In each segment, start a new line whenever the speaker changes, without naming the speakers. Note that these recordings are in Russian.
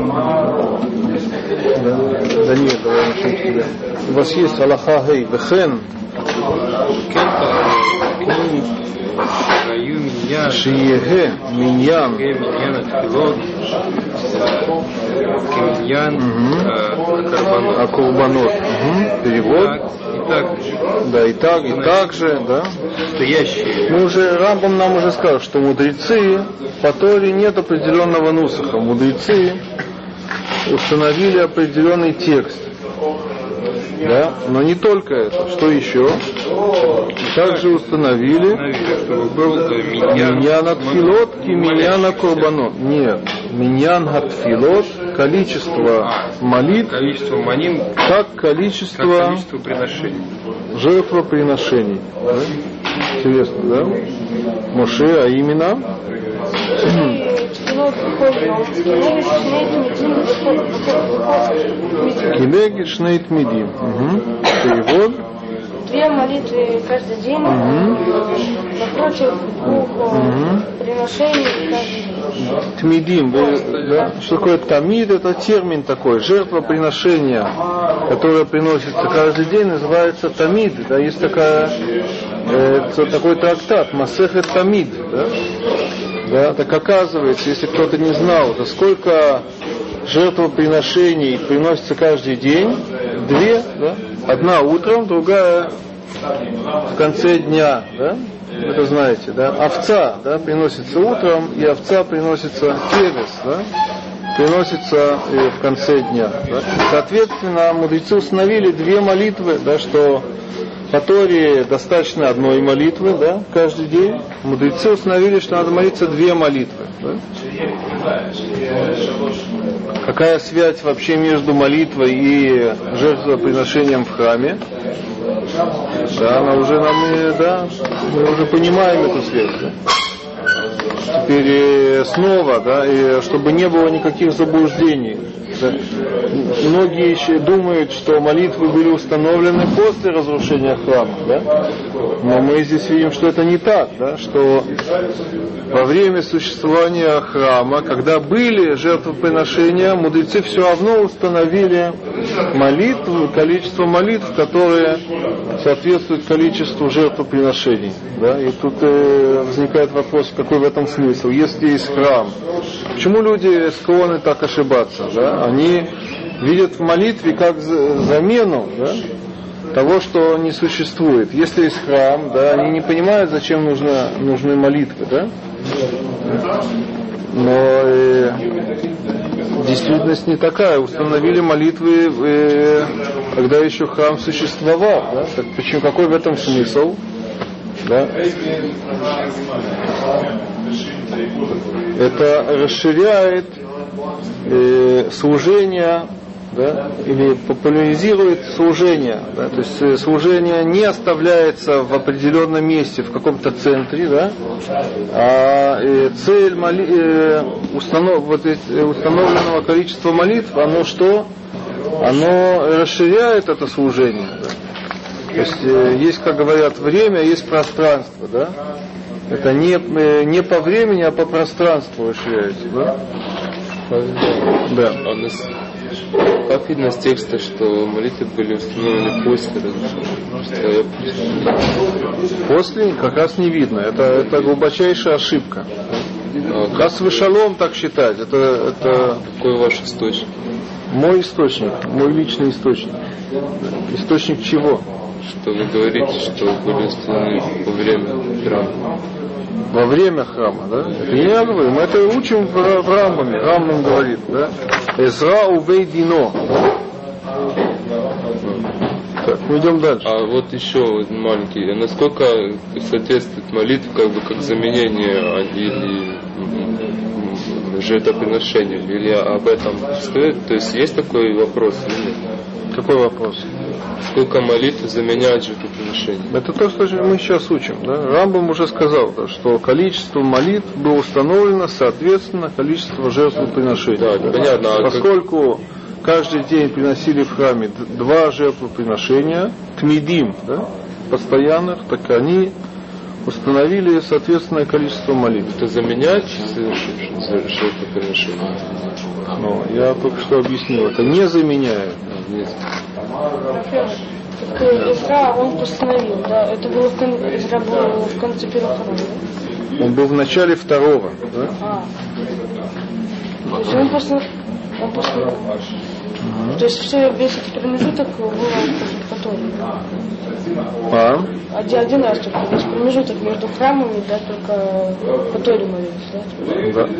Даниэль, давай начнем с тебя. У вас есть Аллаха Гей, Вехен, Шиеге, Миньян, Акурбанот. Перевод. Да, и так же, да. Мы уже, Рамбам нам уже сказал, что мудрецы, по Торе нет определенного нусаха. Мудрецы установили определенный текст. Да? Но не только это. Что еще? Также установили миньян атфилот и миньян акурбанот. Нет. Миньян атфилот, количество молитв, как количество жертвоприношений. Да? Интересно, да? Моше, а именно? Килеги шнейт мидим. Перевод.
2 молитвы каждый день, напротив 2 приношений каждый день.
Тмидим, да? Что такое тамид? Это термин такой, жертвоприношение, которое приносится каждый день, называется тамид. Да? Есть такой трактат, Масехет Тамид. Да? Да? Так оказывается, если кто-то не знал, то сколько жертвоприношений приносится каждый день? 2, да? Одна утром, другая в конце дня, да? Вы это знаете, да? Овца, да, приносится утром, и овца приносится кевес, да? Приносится в конце дня. Да? Соответственно, мудрецы установили 2 молитвы, да, что по Торе достаточно одной молитвы, да, каждый день. Мудрецы установили, что надо молиться 2 молитвы. Да? Какая связь вообще между молитвой и жертвоприношением в храме? Да, она уже мы уже понимаем эту связь. Да? Теперь снова, да, и чтобы не было никаких заблуждений. Да. Многие еще думают, что молитвы были установлены после разрушения храма, да? Но мы здесь видим, что это не так, да? Что во время существования храма, когда были жертвоприношения, мудрецы все равно установили молитву, количество молитв, которые соответствуют количеству жертвоприношений. Да? И тут возникает вопрос, какой в этом смысл? Если есть храм, почему люди склонны так ошибаться? Да? Они видят в молитве как замену, да, того, что не существует. Если есть храм, да, они не понимают, зачем нужны молитвы. Да? Но действительность не такая. Установили молитвы, когда еще храм существовал. Да? Так почему, какой в этом смысл? Да? Это расширяет служение, да, или популяризирует служение. Да, то есть служение не оставляется в определенном месте, в каком-то центре, да, а цель установленного количества молитв, оно что? Оно расширяет это служение. Да. То есть есть, как говорят, время, есть пространство. Да. Это не по времени, а по пространству расширяется. Да. Да.
Как видно с текста, что молитвы были установлены после разрушения?
После как раз не видно. Это глубочайшая ошибка. Хас вешалом так считать. Это
какой ваш источник?
Мой источник, мой личный источник. Источник чего?
Что вы говорите, что были установлены во время храма.
Во время храма, да? Это не я говорю, мы это учим в Рамбаме. Рамбам говорит, да? Эзра увей дино. Так, мы идем дальше.
А вот еще маленький. Насколько соответствует молитва как заменение или жертвоприношению? Или об этом стоит? То есть есть такой вопрос или нет?
Какой вопрос?
Сколько молитв заменяет жертвоприношение?
Это то, что мы сейчас учим. Да? Рамбам уже сказал, да, что количество молитв было установлено соответственно количеству жертвоприношений.
Да,
да?
Понятно.
Поскольку каждый день приносили в храме 2 жертвоприношения, тмидим, да, постоянных, так они установили соответственное количество молитв.
Это заменять жертвоприношение?
Но я только что объяснил, это не заменяет.
Изра он постановил, да? Это было Изра был в конце первого храма, да?
Он был в начале второго, да?
То есть он постановил. То есть весь этот промежуток был по Торе. Один раз только весь промежуток между храмами, да, только по Торе молились, да?
Да.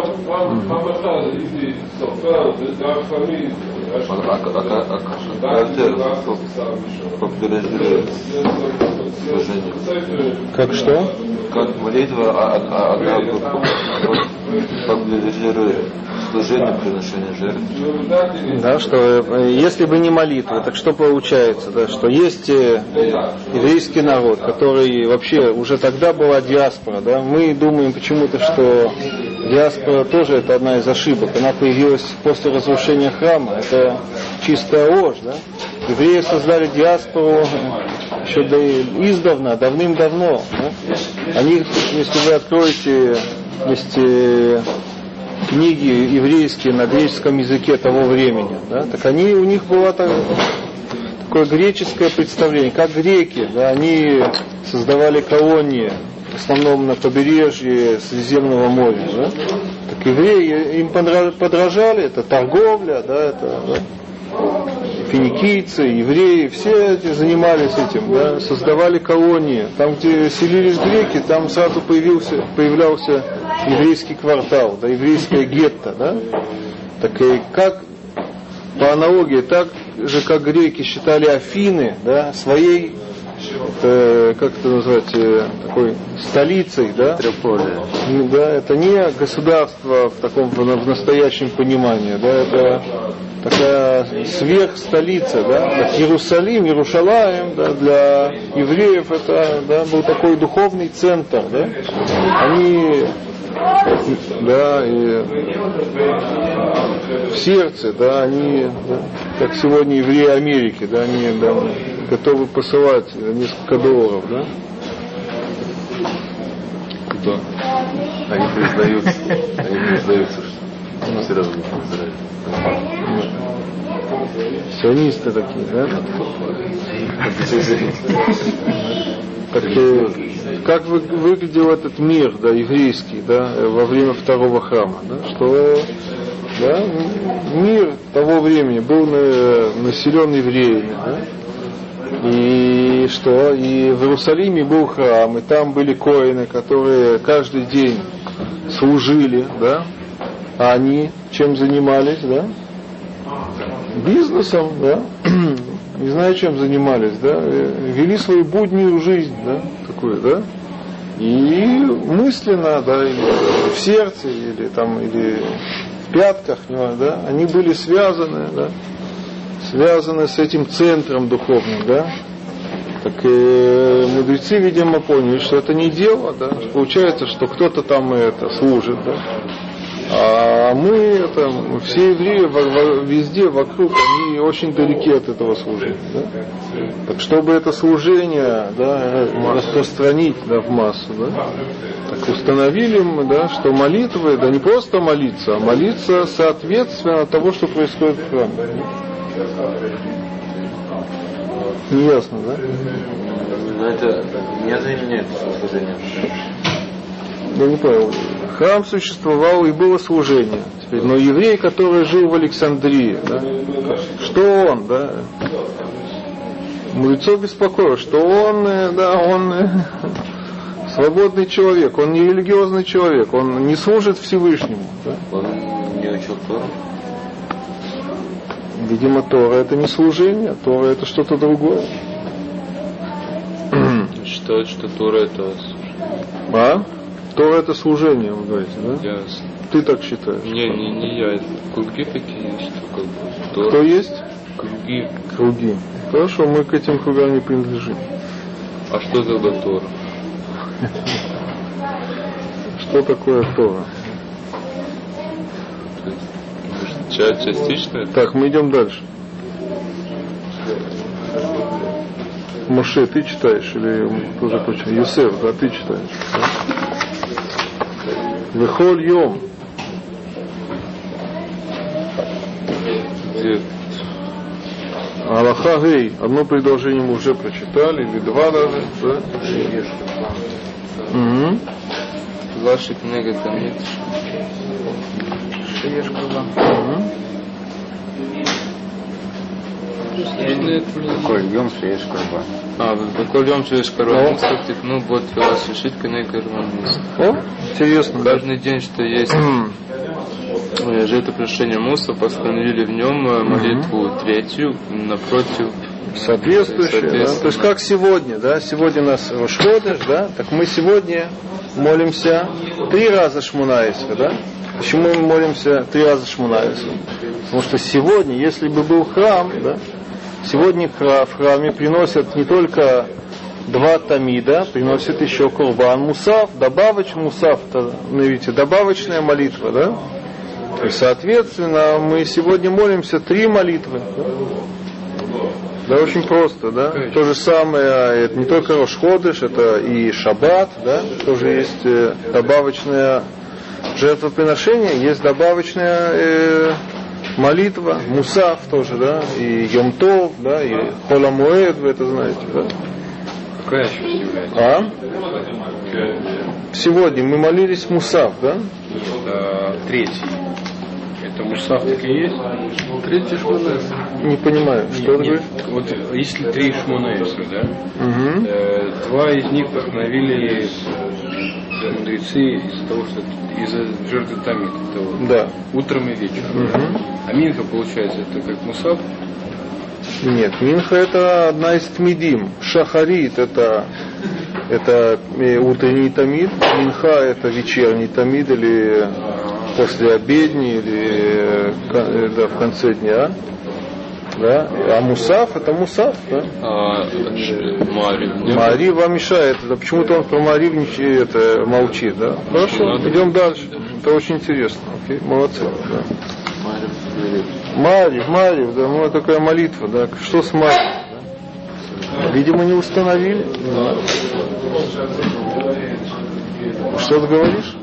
Как что?
Как молитва, она популяризирует служение, приношение жертв.
Да, что если бы не молитва, так что получается, да, что есть еврейский народ, который вообще уже тогда была диаспора, да, мы думаем почему-то, что диаспора тоже это одна из ошибок, она появилась после разрушения храма, это чистая ложь, да. Евреи создали диаспору еще издавна, давным-давно, да? Они, если вы откроете, есть книги еврейские на греческом языке того времени, да, так у них было такое греческое представление, как греки, да, они создавали колонии, в основном на побережье Средиземного моря, да. Так евреи им подражали, это торговля, да, это, да, финикийцы, евреи, все эти занимались этим, да, создавали колонии. Там, где селились греки, там сразу появлялся еврейский квартал, да, еврейское гетто, да. Так и как по аналогии, так же как греки считали Афины, да, своей, как это назвать, такой столицей, да.
Метрополия.
Да, это не государство в таком в настоящем понимании, да, это такая сверхстолица, да, как Иерусалим, Иерушалаим, да, для евреев это, да, был такой духовный центр, да, они, да, и в сердце, да, они, да, как сегодня евреи Америки, да, они, да, готовы посылать несколько долларов, да.
Кто? Они признаются, что все равно в Израиле.
Сионисты такие, да? Так, как выглядел этот мир, да, еврейский, да, во время второго храма, да, что, да, мир того времени был населен евреями, да, и что, и в Иерусалиме был храм, и там были коэны, которые каждый день служили, да, а они чем занимались, да? Бизнесом, да? Не знаю, чем занимались, да? Вели свою буднюю жизнь, да? Такую, да? И мысленно, да, или в сердце, или там, или в пятках, да? Они были связаны, да? Связаны с этим центром духовным, да? Так мудрецы, видимо, поняли, что это не дело, да? Получается, что кто-то там это служит, да? А мы, все евреи везде, вокруг, они очень далеки от этого служения. Да? Так чтобы это служение, да, распространить, да, в массу, да, так установили мы, да, что молитвы, да, не просто молиться, а молиться соответственно того, что происходит в храме. Не ясно, да?
Но это не заменяет служение.
Я не понял. Храм существовал и было служение. Теперь, но еврей, который жил в Александрии, да, что он, да, мудрецов беспокоило, что он, да, он свободный человек, он не религиозный человек, он не служит Всевышнему. Да?
Он не учил Тору?
Видимо, Тора это не служение, Тора это что-то другое.
Считают, что Тора это служение.
А? Тора это служение, вы говорите, да?
Ясно.
Ты так считаешь?
Не я. Круги такие есть, что как бы. Тора.
Кто есть?
Круги.
Круги. Хорошо, мы к этим кругам не принадлежим.
А что тогда Тора?
Что такое Тора?
Частично это?
Так, мы идем дальше. Моше, ты читаешь или тоже почему? Юсеф, да, ты читаешь. Да? Вехоль йом.
где?
Алаха гей. Одно предложение мы уже прочитали, или два даже. Да? Угу.
В вашей книге там нет.
Какой йом шееш курбан.
Какой йом шееш курбан. Кстати, вот шишит книга Романис.
О, интересно.
Каждый день, что есть жертвоприношение Муса, постановили в нем молитву третью напротив
соответствующее, да? То есть как сегодня, да? Сегодня у нас Рош ходеш, да? Так мы сегодня молимся 3 раза Шмона Эсре, да? Почему мы молимся 3 раза Шмона Эсре? Потому что сегодня, если бы был храм, да? Сегодня в храме приносят не только 2 тамида, приносят еще курбан мусав, добавочный мусав, это, видите, добавочная молитва, да? И, соответственно, мы сегодня молимся 3 молитвы. Да, очень просто, да. То же самое, это не только Рош ходеш, это и шаббат, да. Тоже есть добавочное жертвоприношение, есть добавочная молитва, мусав тоже, да, и Йом Тов, да, и Хол ха-Моэд, вы это знаете, да.
Какая еще является?
Сегодня мы молились мусав, да?
Третий. Это мусав так и есть? Третий Шмона Эсре.
Не понимаю, что это говорит?
Вот если 3 Шмона Эсре, да?
Угу.
2 из них вдохновили мудрецы из-за того, что из-за жертвы тамид,
да.
Утром и вечером.
Угу.
А минха, получается, это как мусав?
Нет, минха это одна из тмидим. Шахарит это утренний тамид. Минха это вечерний тамид или после обедни или да, в конце дня. Да? А мусав это мусав, да? Маарив вам мешает. Да, почему-то он про Маарив это молчит, да? Хорошо, идем дальше. Это очень интересно. Окей, молодцы. Да. Маарив, да, ну такая молитва, да. Что с Маарив? Да? Видимо, не установили. Да. Что ты говоришь?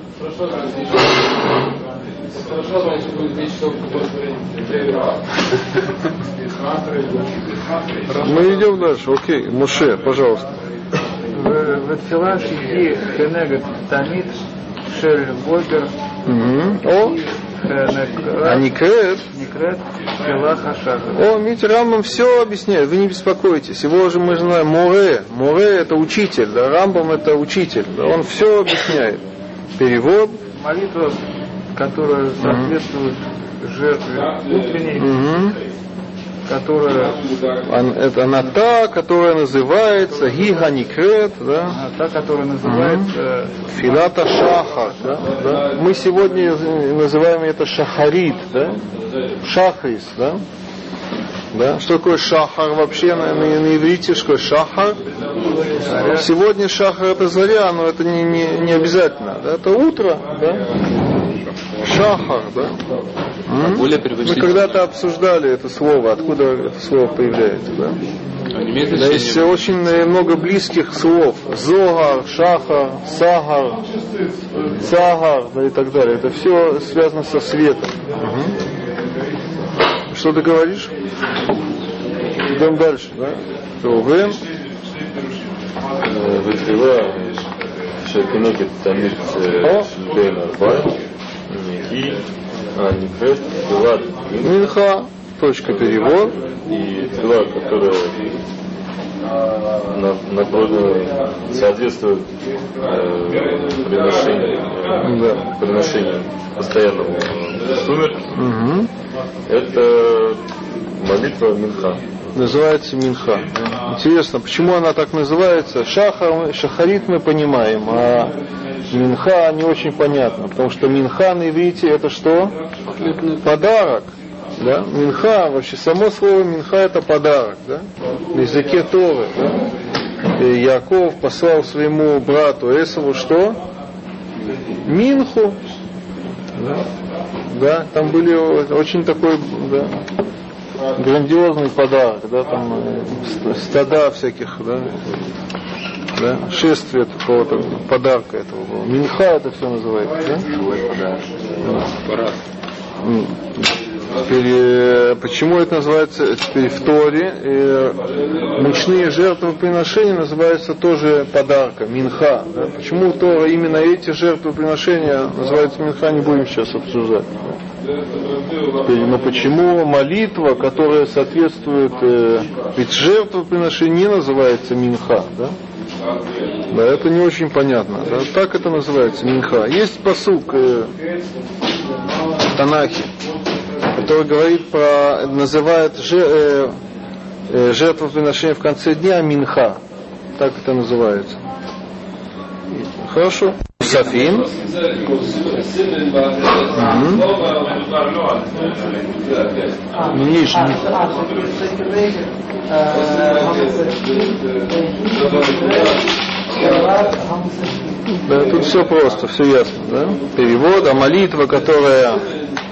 Мы идем дальше. Окей, Моше, пожалуйста.
Вецелаш иди хенегет тамид шель бобер.
О, Никрет. О, видите, Рамбам все объясняет, вы не беспокойтесь. Его же мы знаем, Море это учитель, да, Рамбам это учитель, да, он все объясняет. Перевод.
Молитва, которая соответствует жертве утренней, которая...
Это она та, которая называется Гига Никрет, да?
Та, которая называется...
Филата Шахар, да? Да? Мы сегодня называем это Шахарит, да? Шахрис, да? Да? Что такое Шахар вообще на иврите? Что такое Шахар? Сегодня Шахар это заря, но это не обязательно, да? Это утро, да? Шахар, да? Мы когда-то обсуждали это слово, откуда это слово появляется, да? Да, есть очень много близких слов. Зогар, Шахар, Сагар, Цагар, да, и так далее. Это все связано со светом. Что ты говоришь? Идем дальше, да? Рувен.
Шекиногит тамид бен арбай. И Никрет, Филат,
Минха, точка перевод.
И Фила, которая соответствует приношению постоянному сумерки. Это молитва Минха.
Называется Минха. Интересно, почему она так называется? Шахарит мы понимаем, а Минха не очень понятно, потому что Минха на иврите это что? Подарок. Да? Минха, вообще само слово Минха это подарок, да? На языке Торы, да? И Яков послал своему брату Эсаву что? Минху. Да? Да? Там были очень такой, да, грандиозный подарок, да, там стада всяких, да, да, шествие какого-то подарка этого было. Минха это все называется, да?
Парад.
Теперь, почему это называется теперь в Торе? Мучные жертвоприношения называются тоже подарком, минха. Да? Почему Тора именно эти жертвоприношения называются минха, не будем сейчас обсуждать. Теперь, но почему молитва, которая соответствует, ведь жертвоприношение не называется минха, да? Да, это не очень понятно. Да? Так это называется минха. Есть пасук в Танахе, который говорит называет жертвоприношение в конце дня минха. Так это называется. Хорошо. Мусафин. Нижний. Да, тут все просто, все ясно, да? Перевод, а молитва, которая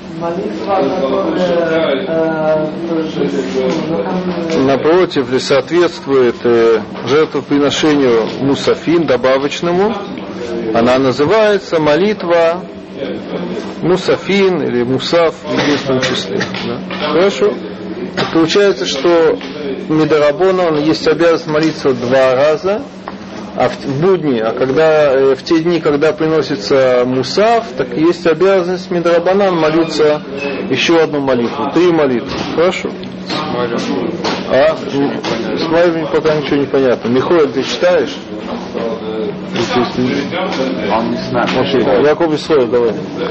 напротив или соответствует жертвоприношению мусафин, добавочному, она называется молитва мусафин или мусаф в единственном числе. Да? Хорошо. Получается, что мидарабонан есть обязанность молиться 2 раза, а в будни, а когда в те дни, когда приносится мусаф, так есть обязанность мидарабонан молиться еще одну молитву, 3 молитвы. Хорошо. С Майром пока ничего не понятно. Михаил, ты читаешь?
Он не знает.
Окей, Яков Исроэль, давай.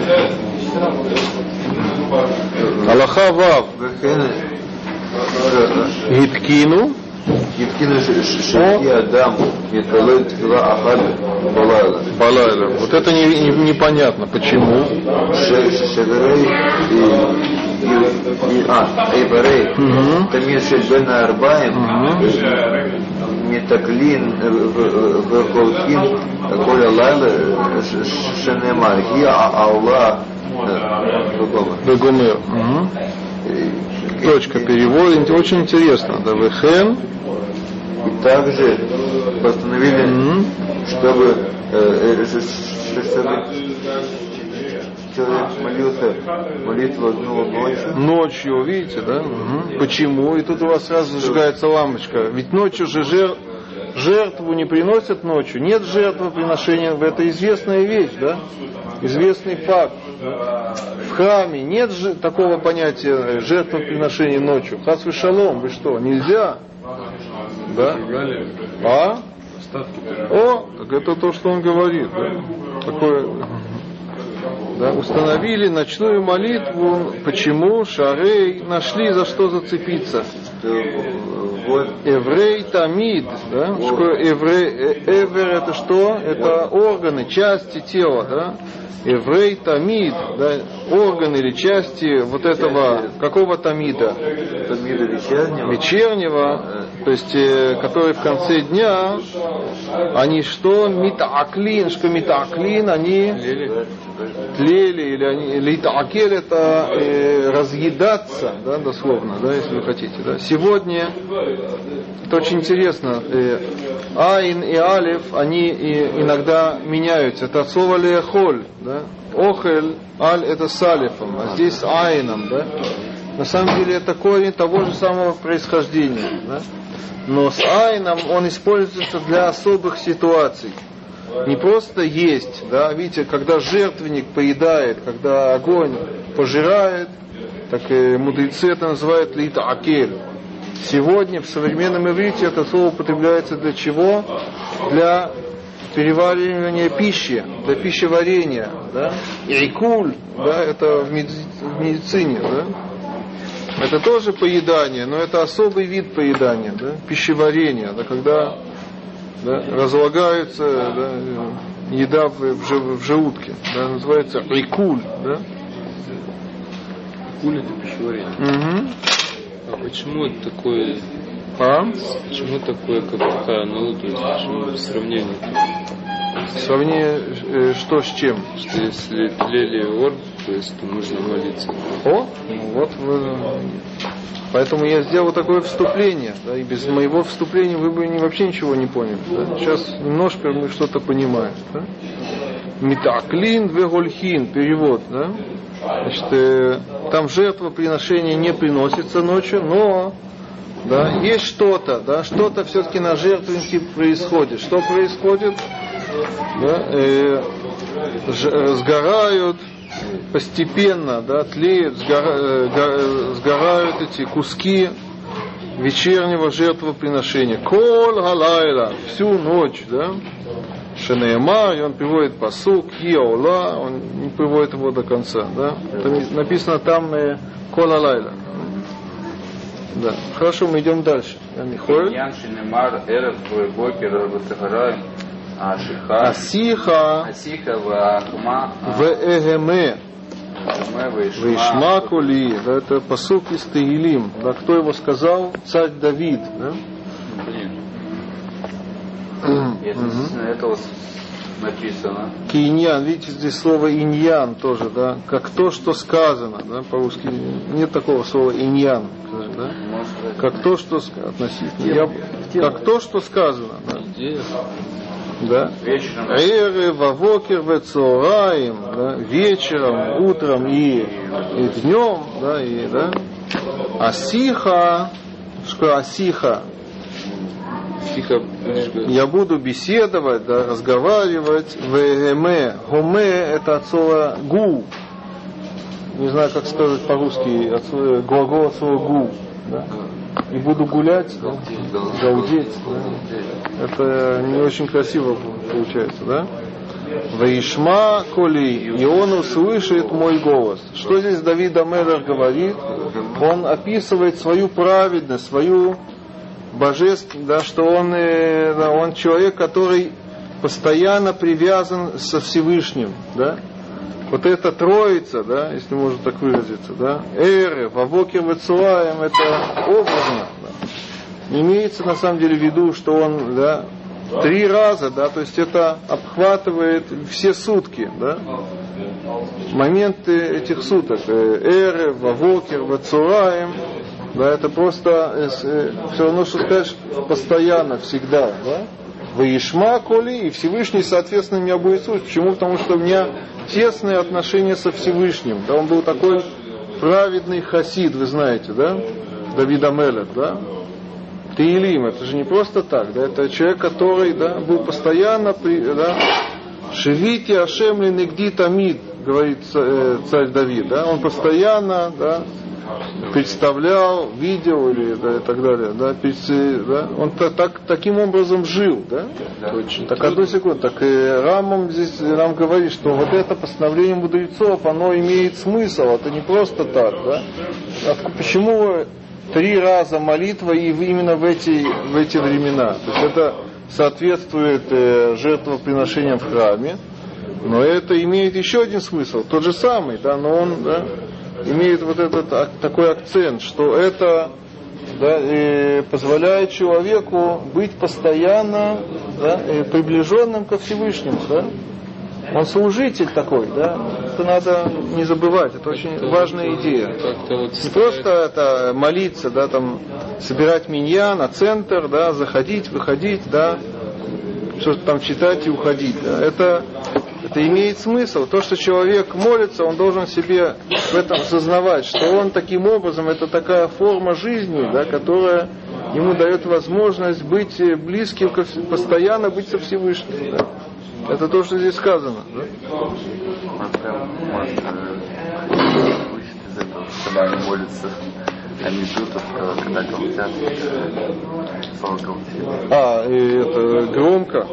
Аллаха вав. Гиткину.
Гиткину шеки адам металой тфила ахад балайла.
Вот это непонятно. Почему?
Шеверей Эйбарей Тамир Шельбен Арбаем Метаклин Верхолкин Коля Лайла Шенемар Гия Алла
Бегумер. Точка перевода. Очень интересно. Да, Вехен.
И также постановили, чтобы человек молился молитву ночью.
Ночью, видите, да? Почему? И тут у вас сразу зажигается лампочка. Ведь ночью же жертву не приносят ночью. Нет жертвоприношения. Это известная вещь, да? Известный факт. В храме нет такого понятия жертвоприношения ночью. Хас шалом, вы что, нельзя? Да? А? О, так это то, что он говорит. Да? Такое... Да, установили ночную молитву. Почему? Шарей нашли за что зацепиться. Еврей тамид. Да? Эвер это что? Это органы, части тела. Да? Еврей тамид, да, органы или части вот этого, какого тамида?
Тамида
вечернего, то есть, который в конце дня, они что? Митааклин, что митааклин, они тлели, или они, литаакель это разъедаться, да, дословно, да, если вы хотите, да. Сегодня, это очень интересно, Айн и Алиф, они иногда меняются, это от слова леохоль, да. Охель, аль это с алифом, а здесь с айном, да. На самом деле это корень того же самого происхождения, да. Но с айном он используется для особых ситуаций. Не просто есть, да, видите, когда жертвенник поедает, когда огонь пожирает, так и мудрецы это называют литаакель. Сегодня в современном иврите это слово употребляется для чего? Для переваривания пищи, для пищеварения, да? Икуль, да, это в медицине, да? Это тоже поедание, но это особый вид поедания, да? Пищеварение, да, когда, да, разлагается, да, еда в желудке, да, называется икуль, да?
Икуль это пищеварение.
Угу.
А почему такое? Почему такое, как такая аналогия, почему сравнение?
Сравнение что с чем?
Что если тлели орд, то есть то нужно молиться.
О, вот вы... Поэтому я сделал такое вступление, да, и без моего вступления вы бы вообще ничего не поняли. Да? Сейчас немножко мы что-то понимаем. Да? Митаклин вегольхин, перевод, да? Значит, там жертвоприношение не приносится ночью, но да, есть что-то, да, что-то все-таки на жертвеннике происходит. Что происходит? Да, сгорают постепенно, да, тлеют, сгорают эти куски вечернего жертвоприношения. Кол галайла, всю ночь, да. Шенеемар, и он приводит пасук, Йола, он не приводит его до конца, да. Там написано там Кол галайла. Да. Хорошо, мы идем дальше.
Ян Шенеемар, Эрев, Бокер, Ватагараем,
Асиха Вегеме Вишма Коли. Да, это пасук из Тегилим. Да, кто его сказал? Царь Давид. Да?
Это написано.
Киньян, видите, здесь слово иньян тоже, да, как то, что сказано, да, по-русски нет такого слова иньян, да? Как то, что относительно, как то, что сказано, да. Да. Эры, вавокер, вецораим, да, вечером, утром и днем, да, и, да. Асиха, что асиха? Я буду беседовать, да, разговаривать. Вегеме, гоме, это от слова гу. Не знаю, как сказать по-русски, глагол от слова гу. Да? И буду гулять, да? Галдеть. Да? Это не очень красиво получается, да? Ваишма коли, и он услышит мой голос. Что здесь Давид а-Мелех говорит? Он описывает свою праведность, свою божественность, да, что он человек, который постоянно привязан со Всевышним, да? Вот эта троица, да, если можно так выразиться, да, Эры, Вавокер, Вецуаем, это образно, да. Имеется на самом деле в виду, что он, да, 3 раза, да, то есть это обхватывает все сутки, да, моменты этих суток, Эры, Вавокер, Вецуаем, да, это просто все равно, что сказать, постоянно, всегда, да. Ваишма коли, и Всевышний, соответственно, меня будет слушать. Почему? Потому что у меня тесные отношения со Всевышним. Да, он был такой праведный хасид, вы знаете, да? Давид а-Мелех, да? Теилим, это же не просто так, да? Это человек, который, да, был постоянно, да? Шевити Ашем ли негди тамид, говорит царь Давид, да? Он постоянно, да, представлял, видел или, да, и так далее, да, да? Он таким образом жил, да? Точно. Так, одну секунду, так и Рамбам здесь нам говорит, что вот это постановление мудрецов, оно имеет смысл, это не просто так, да? Почему 3 раза молитва и именно в эти времена? То есть это соответствует жертвоприношениям в храме, но это имеет еще один смысл, тот же самый, да, но он, да, имеет вот этот такой акцент, что это, да, позволяет человеку быть постоянно, да, приближенным ко Всевышнему, да. Он служитель такой, да. Это надо не забывать, это очень важная идея. Не просто это молиться, да, там собирать миньян, а центр, да, заходить, выходить, да, что-то там читать и уходить, да. Это имеет смысл. То, что человек молится, он должен себе в этом сознавать, что он таким образом, это такая форма жизни, да, которая ему дает возможность быть близким, постоянно быть со Всевышним. Да. Это то, что здесь сказано. Да?
Когда они молятся, они ждут, когда галдят, слово галдят.
И это громко.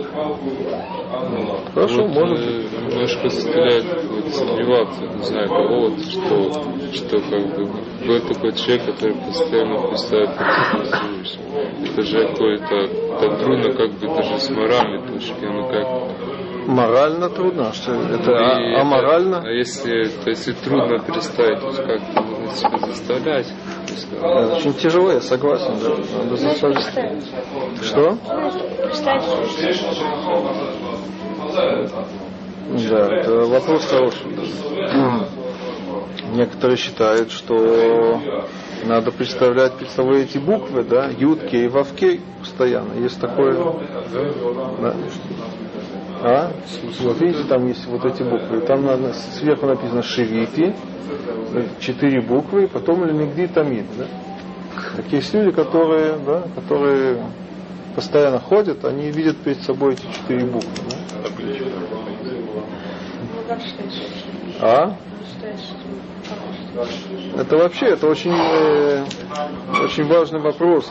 Хорошо,
вот,
может.
Немножко заставляет сомневаться, не знаю кого, что как бы был такой человек, который постоянно представляет это же какое-то так трудно, как бы даже с моральной точки, ну как.
Морально трудно, что это аморально?
Если трудно представить, то как нужно себя заставлять.
Это очень тяжело, я согласен, да. Надо заставить. Что? Да, это вопрос хороший. Некоторые считают, что надо представлять перед собой эти буквы, да, Юд, Кей, Вав, Кей, постоянно. Есть такое. Да. Вот видите, там есть вот эти буквы. Там сверху написано Шивити, 4 буквы, и потом Лемигди Тамид. Да? Так есть люди, которые постоянно ходят, они видят перед собой эти 4 буквы. Да? Это вообще, это очень, очень важный вопрос.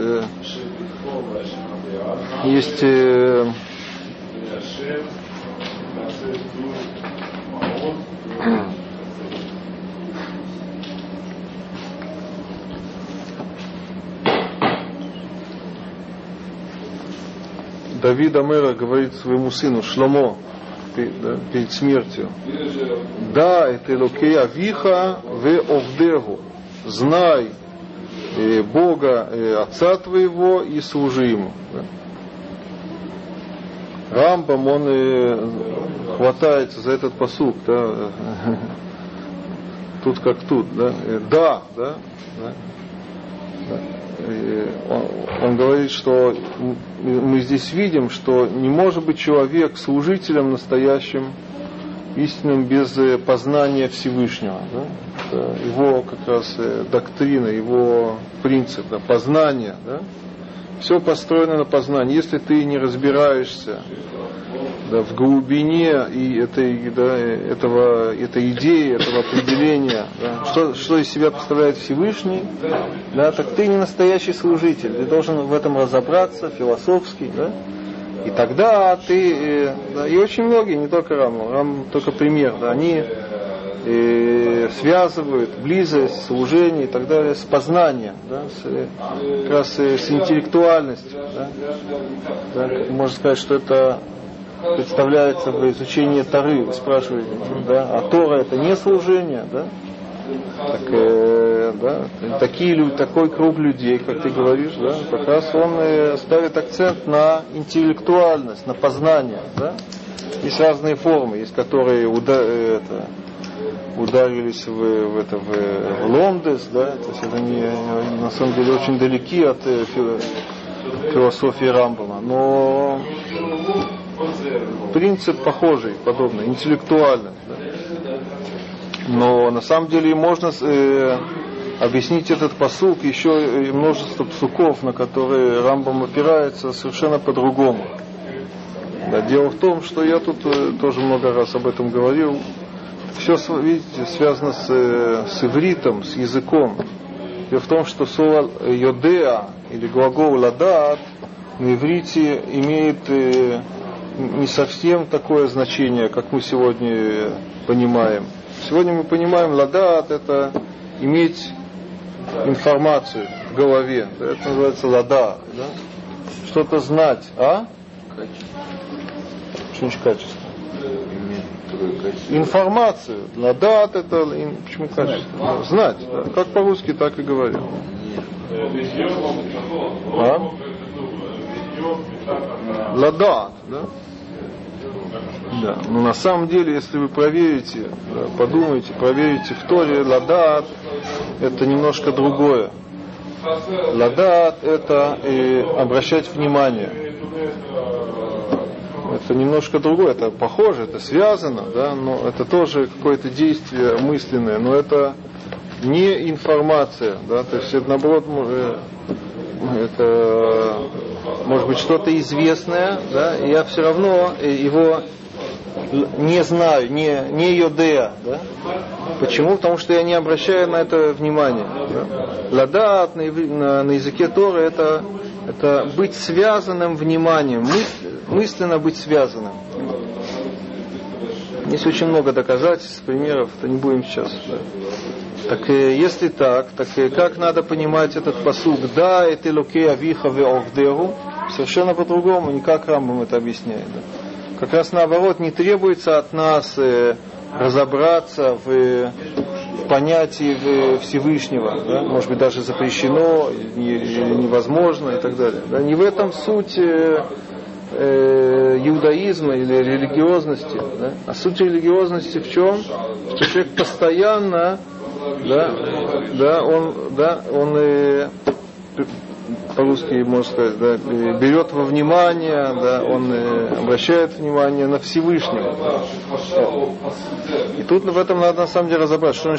Есть Давид Амера говорит своему сыну Шломо перед смертью: да, это Элокей Авиха ве Овдегу, знай Бога отца твоего и служи ему. Рамбам, он хватается за этот пасук, да, тут как тут, да. Он говорит, что мы здесь видим, что не может быть человек служителем настоящим, истинным, без познания Всевышнего. Да? Это его как раз доктрина, его принцип, да, познание. Да? Все построено на познании. Если ты не разбираешься в глубине и этой идеи, этого определения, что из себя представляет Всевышний, так ты не настоящий служитель. Ты должен в этом разобраться философски. И тогда ты, и очень многие, не только Рам только пример, они связывают близость, служение и так далее с познанием, как раз с интеллектуальностью. Можно сказать, что это представляется в изучении Торы, вы спрашиваете, а Тора это не служение, такой круг людей, как ты говоришь, как раз он ставит акцент на интеллектуальность, на познание. Есть разные формы, есть которые ударились в Ломдес, то есть это на самом деле очень далеки от философии Рамбама, но принцип похожий, подобный, интеллектуальный. Но на самом деле можно объяснить этот пасук, еще и множество псуков, на которые Рамбам опирается, совершенно по-другому. Дело в том, что я тут тоже много раз об этом говорил. Все, видите, связано с ивритом, с языком. Дело в том, что слово «йодеа» или глагол «ладаат» на иврите имеет не совсем такое значение, как мы сегодня понимаем. Сегодня мы понимаем, «ладаат» — это иметь информацию в голове. Это называется «ладаат». Что-то знать. Что-нибудь качество. Информацию. Ладат это почему качество? Знать. Как по-русски, так и говорят. Ладат, да. Но на самом деле, если вы проверите, подумайте, проверите в Торе, ладат это немножко другое. Ладат это обращать внимание. Это немножко другое, это похоже, это связано, но это тоже какое-то действие мысленное, но это не информация, то есть это наоборот, это может быть что-то известное, и я все равно его не знаю, не йодеа, Почему? Потому что я не обращаю на это внимания. Ладат на языке Торы это быть связанным вниманием, мысленно быть связанным. Есть очень много доказательств, примеров, это не будем сейчас. Так если так как надо понимать этот пасук? Да, это Элокей Авиха ве Овдегу, совершенно по-другому, не как Рамбам это объясняет. Как раз наоборот, не требуется от нас разобраться в понятии Всевышнего, может быть даже запрещено, невозможно и так далее. Не в этом суть иудаизма или религиозности. А суть религиозности в чем? Что человек постоянно, он по-русски можно сказать, да, берет во внимание, да, он обращает внимание на Всевышнего. И тут в этом надо на самом деле разобрать, что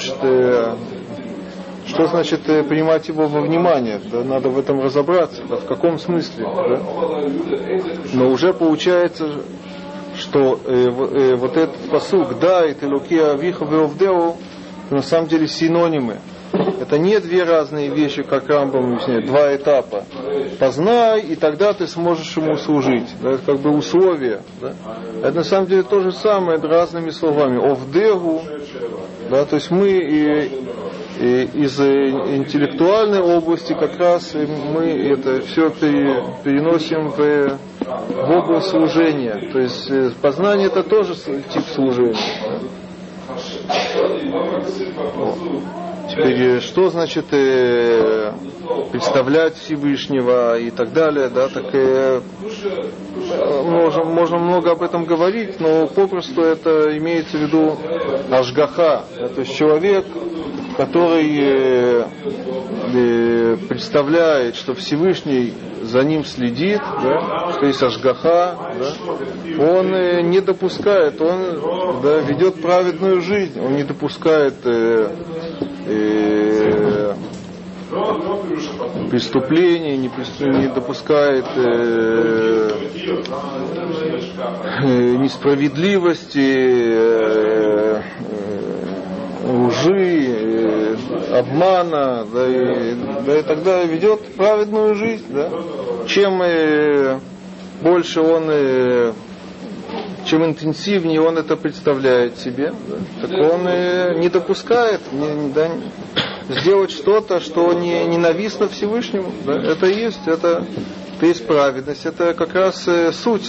значит принимать его во внимание, да, надо в этом разобраться, да, в каком смысле. Да. Но уже получается, что вот этот пасук «да» и «Элокей авиха веовдеу» на самом деле синонимы. Это не две разные вещи, как Рамбам объясняет, два этапа. Познай, и тогда ты сможешь ему служить. Да, это как бы условие. Да. Это на самом деле то же самое, разными словами. Овдегу, да, то есть мы из интеллектуальной области как раз мы это все переносим в область служения. То есть познание это тоже тип служения. Теперь, что значит представлять Всевышнего и так далее, да, так можно много об этом говорить, но попросту это имеется в виду ашгаха, да, то есть человек, который представляет, что Всевышний за ним следит, да, что есть ашгаха, да, он не допускает, он, да, ведет праведную жизнь, он не допускает преступлений, не допускает несправедливости, лжи, обмана, да, и тогда ведет праведную жизнь. Да. Чем больше он, чем интенсивнее он это представляет себе, да, так он не допускает сделать что-то, что ненавистно Всевышнему. Да. Это есть праведность, это как раз суть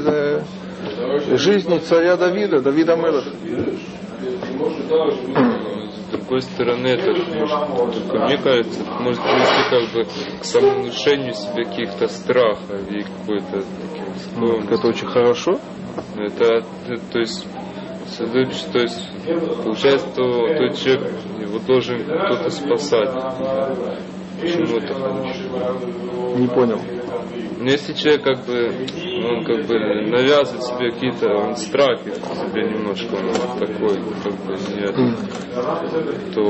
жизни царя Давида Мелеха.
С другой стороны, это, только мне кажется, это может привести как бы к самовнушению себе каких-то страхов и какой-то таким склонностью.
Это очень хорошо.
Это, то есть получается, что тот человек, его должен кто-то спасать. Почему это хорошо?
Не понял.
Но если человек он навязывает себе какие-то страхи себе немножко, он такой, нет, то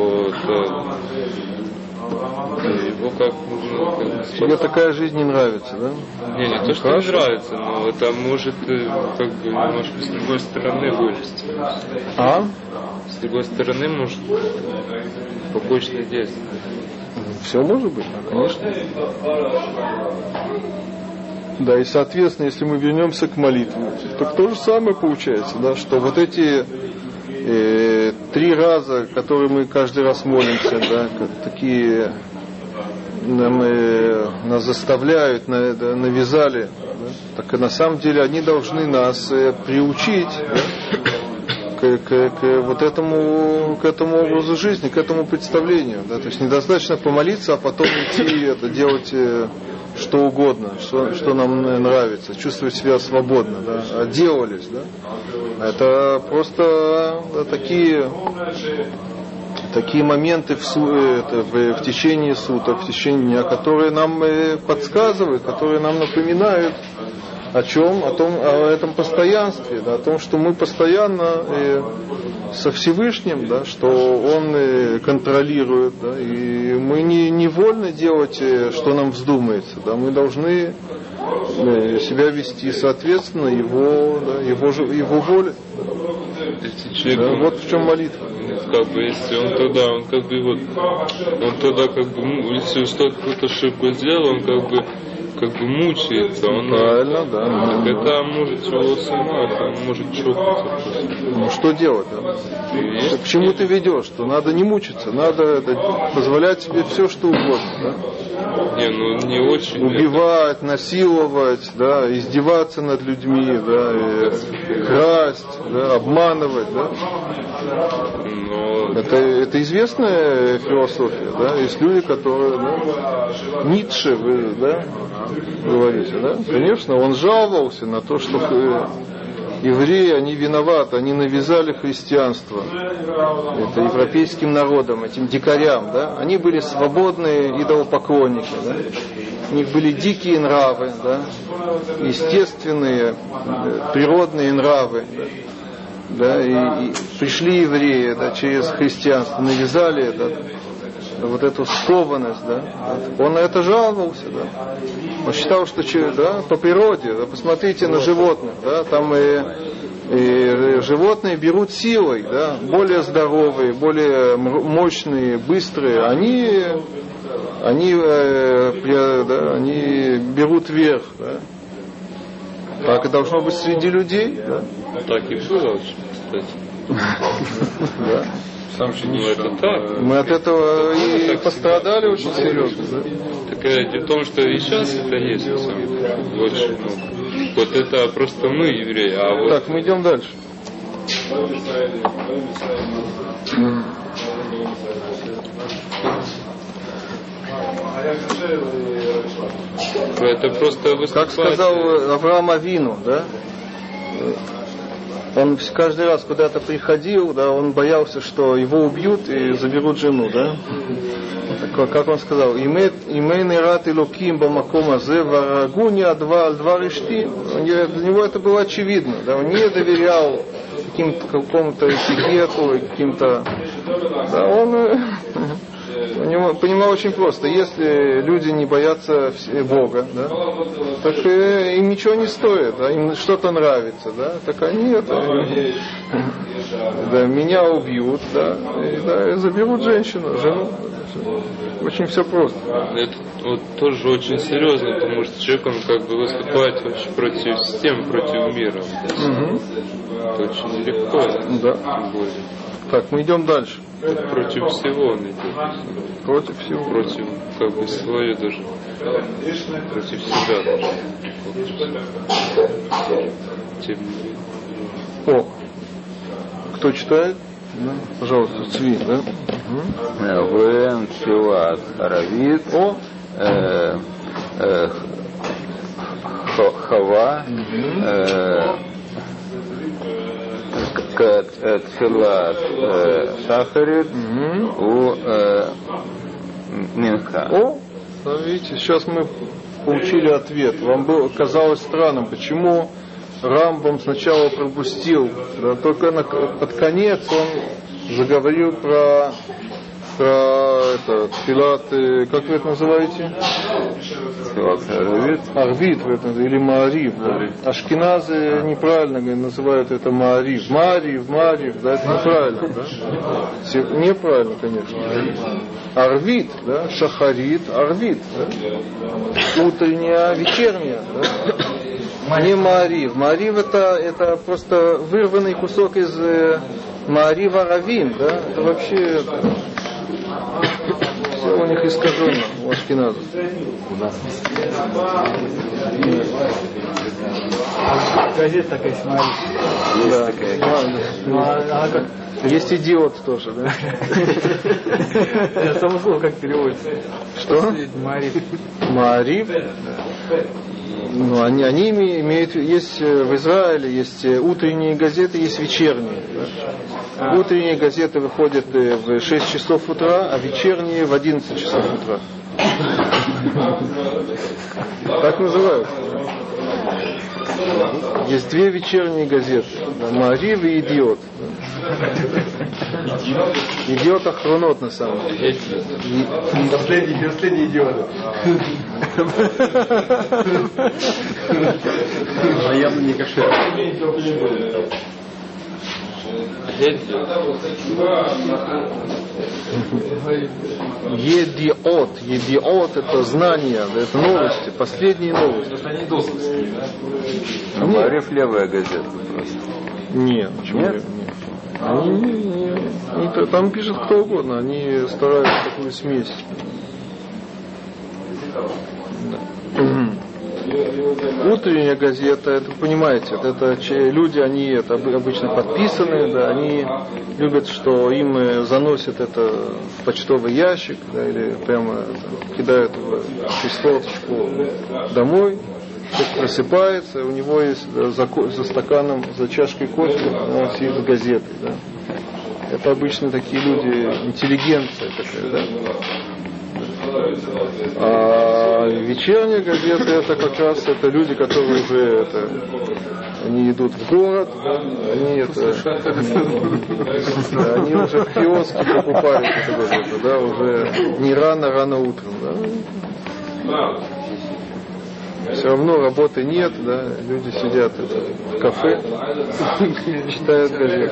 его
тебе такая жизнь не нравится, да?
Не то, что не нравится, но это может немножко с другой стороны вылезти. С другой стороны может побочное действие.
Все может быть, конечно. Да, и соответственно, если мы вернемся к молитве, так то же самое получается, да, что вот эти 3 раза, которые мы каждый раз молимся, да, как такие нас заставляют, навязали, да, так и на самом деле они должны нас приучить, да, к вот этому образу жизни, к этому представлению. Да, то есть недостаточно помолиться, а потом идти делать что угодно, что нам нравится, чувствовать себя свободно, да, а делались, да. Это просто такие моменты в течение суток, в течение дня, которые нам подсказывают, которые нам напоминают о чем? О этом постоянстве, да, о том, что мы постоянно со Всевышним, да, что Он контролирует, да, и мы не вольны делать, что нам вздумается, да, мы должны себя вести соответственно Его воле. Да, вот в чем молитва.
Если он тогда если что-то какую-то ошибку сделал, он мучается,
правильно, да.
Так это может его сломать, он может чокнуться.
Ну что делать, да? К чему ты ведешь? Что надо не мучиться, надо позволять себе все, что угодно, да?
Не очень.
Убивать, насиловать, да, издеваться над людьми, да, красть, да, обманывать, да. Это известная философия, да, есть люди, которые, да, Ницше, вы, да, говорите, да, конечно, он жаловался на то, что евреи, они виноваты, они навязали христианство, это европейским народам, этим дикарям, да, они были свободные идолопоклонники, да? у них были дикие нравы, да, естественные, природные нравы. Да, и пришли евреи, да, через христианство, навязали вот эту скованность, да. Он на это жаловался, да. Он считал, что да, по природе, да, посмотрите на животных, да, там и животные берут силой, да, более здоровые, более мощные, быстрые, они берут верх, да. Так и должно быть среди людей, да.
Так и было очень, кстати.
Да.
Сам это так.
Мы от этого и пострадали очень серьезно. Да?
Так дело в том, что и сейчас это есть очень много. Вот это просто мы, евреи, а вот...
Так, мы идем дальше.
Это просто
как сказал Авраам Авину, да? Он каждый раз куда-то приходил, да, он боялся, что его убьют и заберут жену, да? Так, как он сказал, «Имейный рат илоким бамаком азе варагуни адва альдва решти». Для него это было очевидно, да? Он не доверял какому-то этикету, каким-то... Да, он понимал очень просто, если люди не боятся Бога, да, так им ничего не стоит, да, им что-то нравится, да, так они да, меня убьют, да, и заберут жену. Очень все просто.
Это вот тоже очень серьезно, потому что человек, он как бы выступает вообще против системы, против мира. Это очень легко,
да. Тем более. Так, мы идем дальше.
Против всего он идет.
Против всего.
Против, как бы, свое даже. Против себя даже.
О, кто читает? Да. Пожалуйста, Цви, да?
Вен Шилат Равит.
О.
Хава. Тфилат Шахарит у Минха.
О, видите, сейчас мы получили ответ. Вам казалось странным, почему Рамбам сначала пропустил, да, только под конец он заговорил про тфилат, как вы это называете? Арвит или Маарив. Да. Ашкеназы неправильно называют это Маарив. Маарив, да, это неправильно. Да? Неправильно, конечно. Арвит, да, Шахарит, Арвит. Да? Утренняя, вечерняя. Да? Не Маарив. Маарив это просто вырванный кусок из Маарива Равим. Да? Это вообще... Все у них искаженно, у ашкеназов.
Газета такая смотрит.
Да. Есть идиот тоже, да?
Само слово как переводится?
Что? Маарив. Ну, они имеют, есть в Израиле, есть утренние газеты, есть вечерние. Да? Утренние газеты выходят в 6 часов утра, а вечерние в 11 часов утра. Так называют. Есть две вечерние газеты. Маарив и Идиот. Идиот Ахронот на самом деле.
Последний идиот.
А явно не кошер.
Едиот это знания, это новости, последние новости.
А Маарив левая газета просто.
Нет, почему нет? Они там пишет кто угодно, они стараются такую смесь. Да. Утренняя газета, это понимаете, это люди, они это обычно подписаны, да, они любят, что им заносят это в почтовый ящик, да, или прямо кидают в шестовочку домой. Человек просыпается, у него есть за стаканом, за чашкой кофе, у него есть газеты, да. Это обычно такие люди, интеллигенция такая, да. А вечерняя газета это как раз это люди, которые уже они идут в город, да, они они уже в киоске покупают эту газету, да, уже не рано утром, да. Все равно работы нет, да, люди сидят в кафе, читают газеты.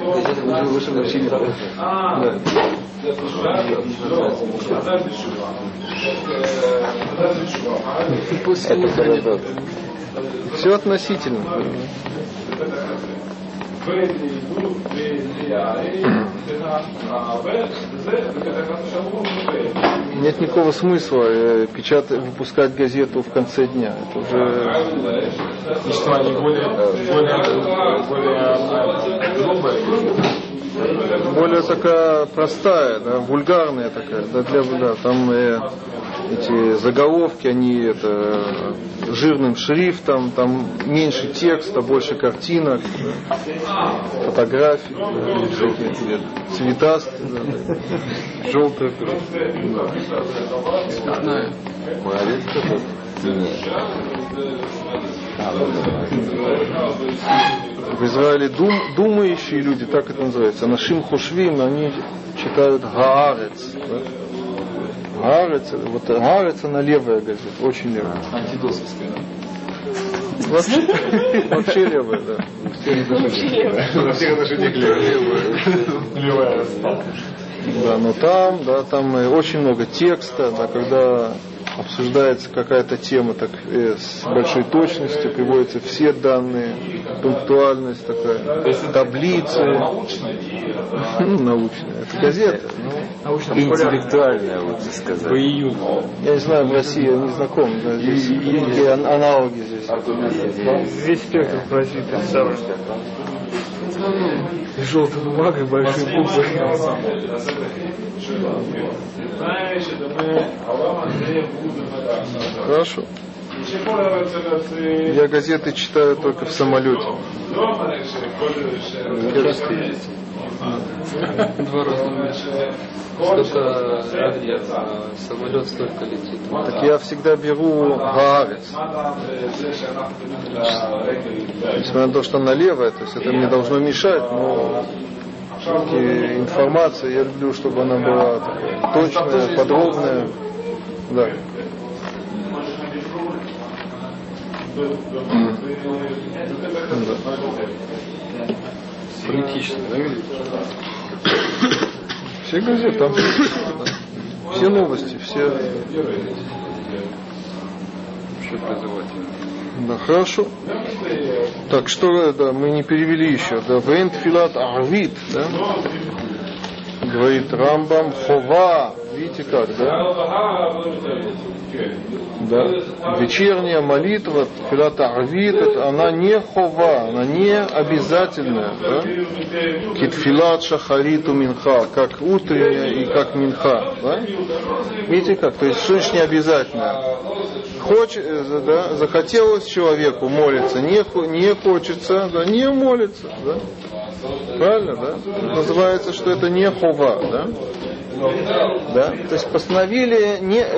Да. Все относительно. Нет никакого смысла выпускать газету в конце дня. Это уже...
И что они
более такая простая, да, вульгарная такая, да, для там эти заголовки, они жирным шрифтом, там меньше текста, больше картинок, да, фотографий, всякие цветастые, да, желтые. В Израиле думающие люди, так это называется, нашим хушвим, они читают Гаарец. Да? Гаарец, вот Гаарец, она левая газета, очень левая.
Антидосовская.
Вообще левая, да.
На всех отношениях левая.
Да, но там очень много текста, да, когда обсуждается какая-то тема так, с большой точностью, приводятся все данные, пунктуальность такая, таблицы. Научная. Это газета.
Интеллектуальная, лучше сказать.
По июню. Я не знаю, в России я не знаком. Да, здесь какие аналоги здесь.
Весь спектр развитый сам. Желтая бумага, большие буквы.
Хорошо. Я газеты читаю только в самолете.
Два раза. Сколько самолет столько летит?
Так я всегда беру Гаарец. Несмотря на то, что она левая, то есть это мне должно мешать, но все-таки информация, я люблю, чтобы она была такая точная, подробная. Да.
Политично, да, видите?
Все газеты, там все новости, все
призывательно.
Да, хорошо. Так, что да, мы не перевели еще. Да, Вентфилат Арвит, да? Говорит Рамбам Хова. Видите как, да? Да. Вечерняя молитва, Тфилат Арвит, она не хова, она не обязательная, да? Китфилат Шахариту Минха, как утренняя и как Минха, да? Видите как? То есть что не обязательно. Да? Захотелось человеку молиться, не хочется, да? Не молится, да? Правильно, да? Называется, что это не хова, да? Да? То есть постановили,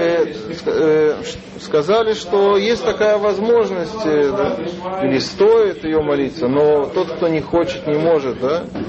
сказали, что есть такая возможность, да? Или стоит ее молиться, но тот, кто не хочет, не может, да?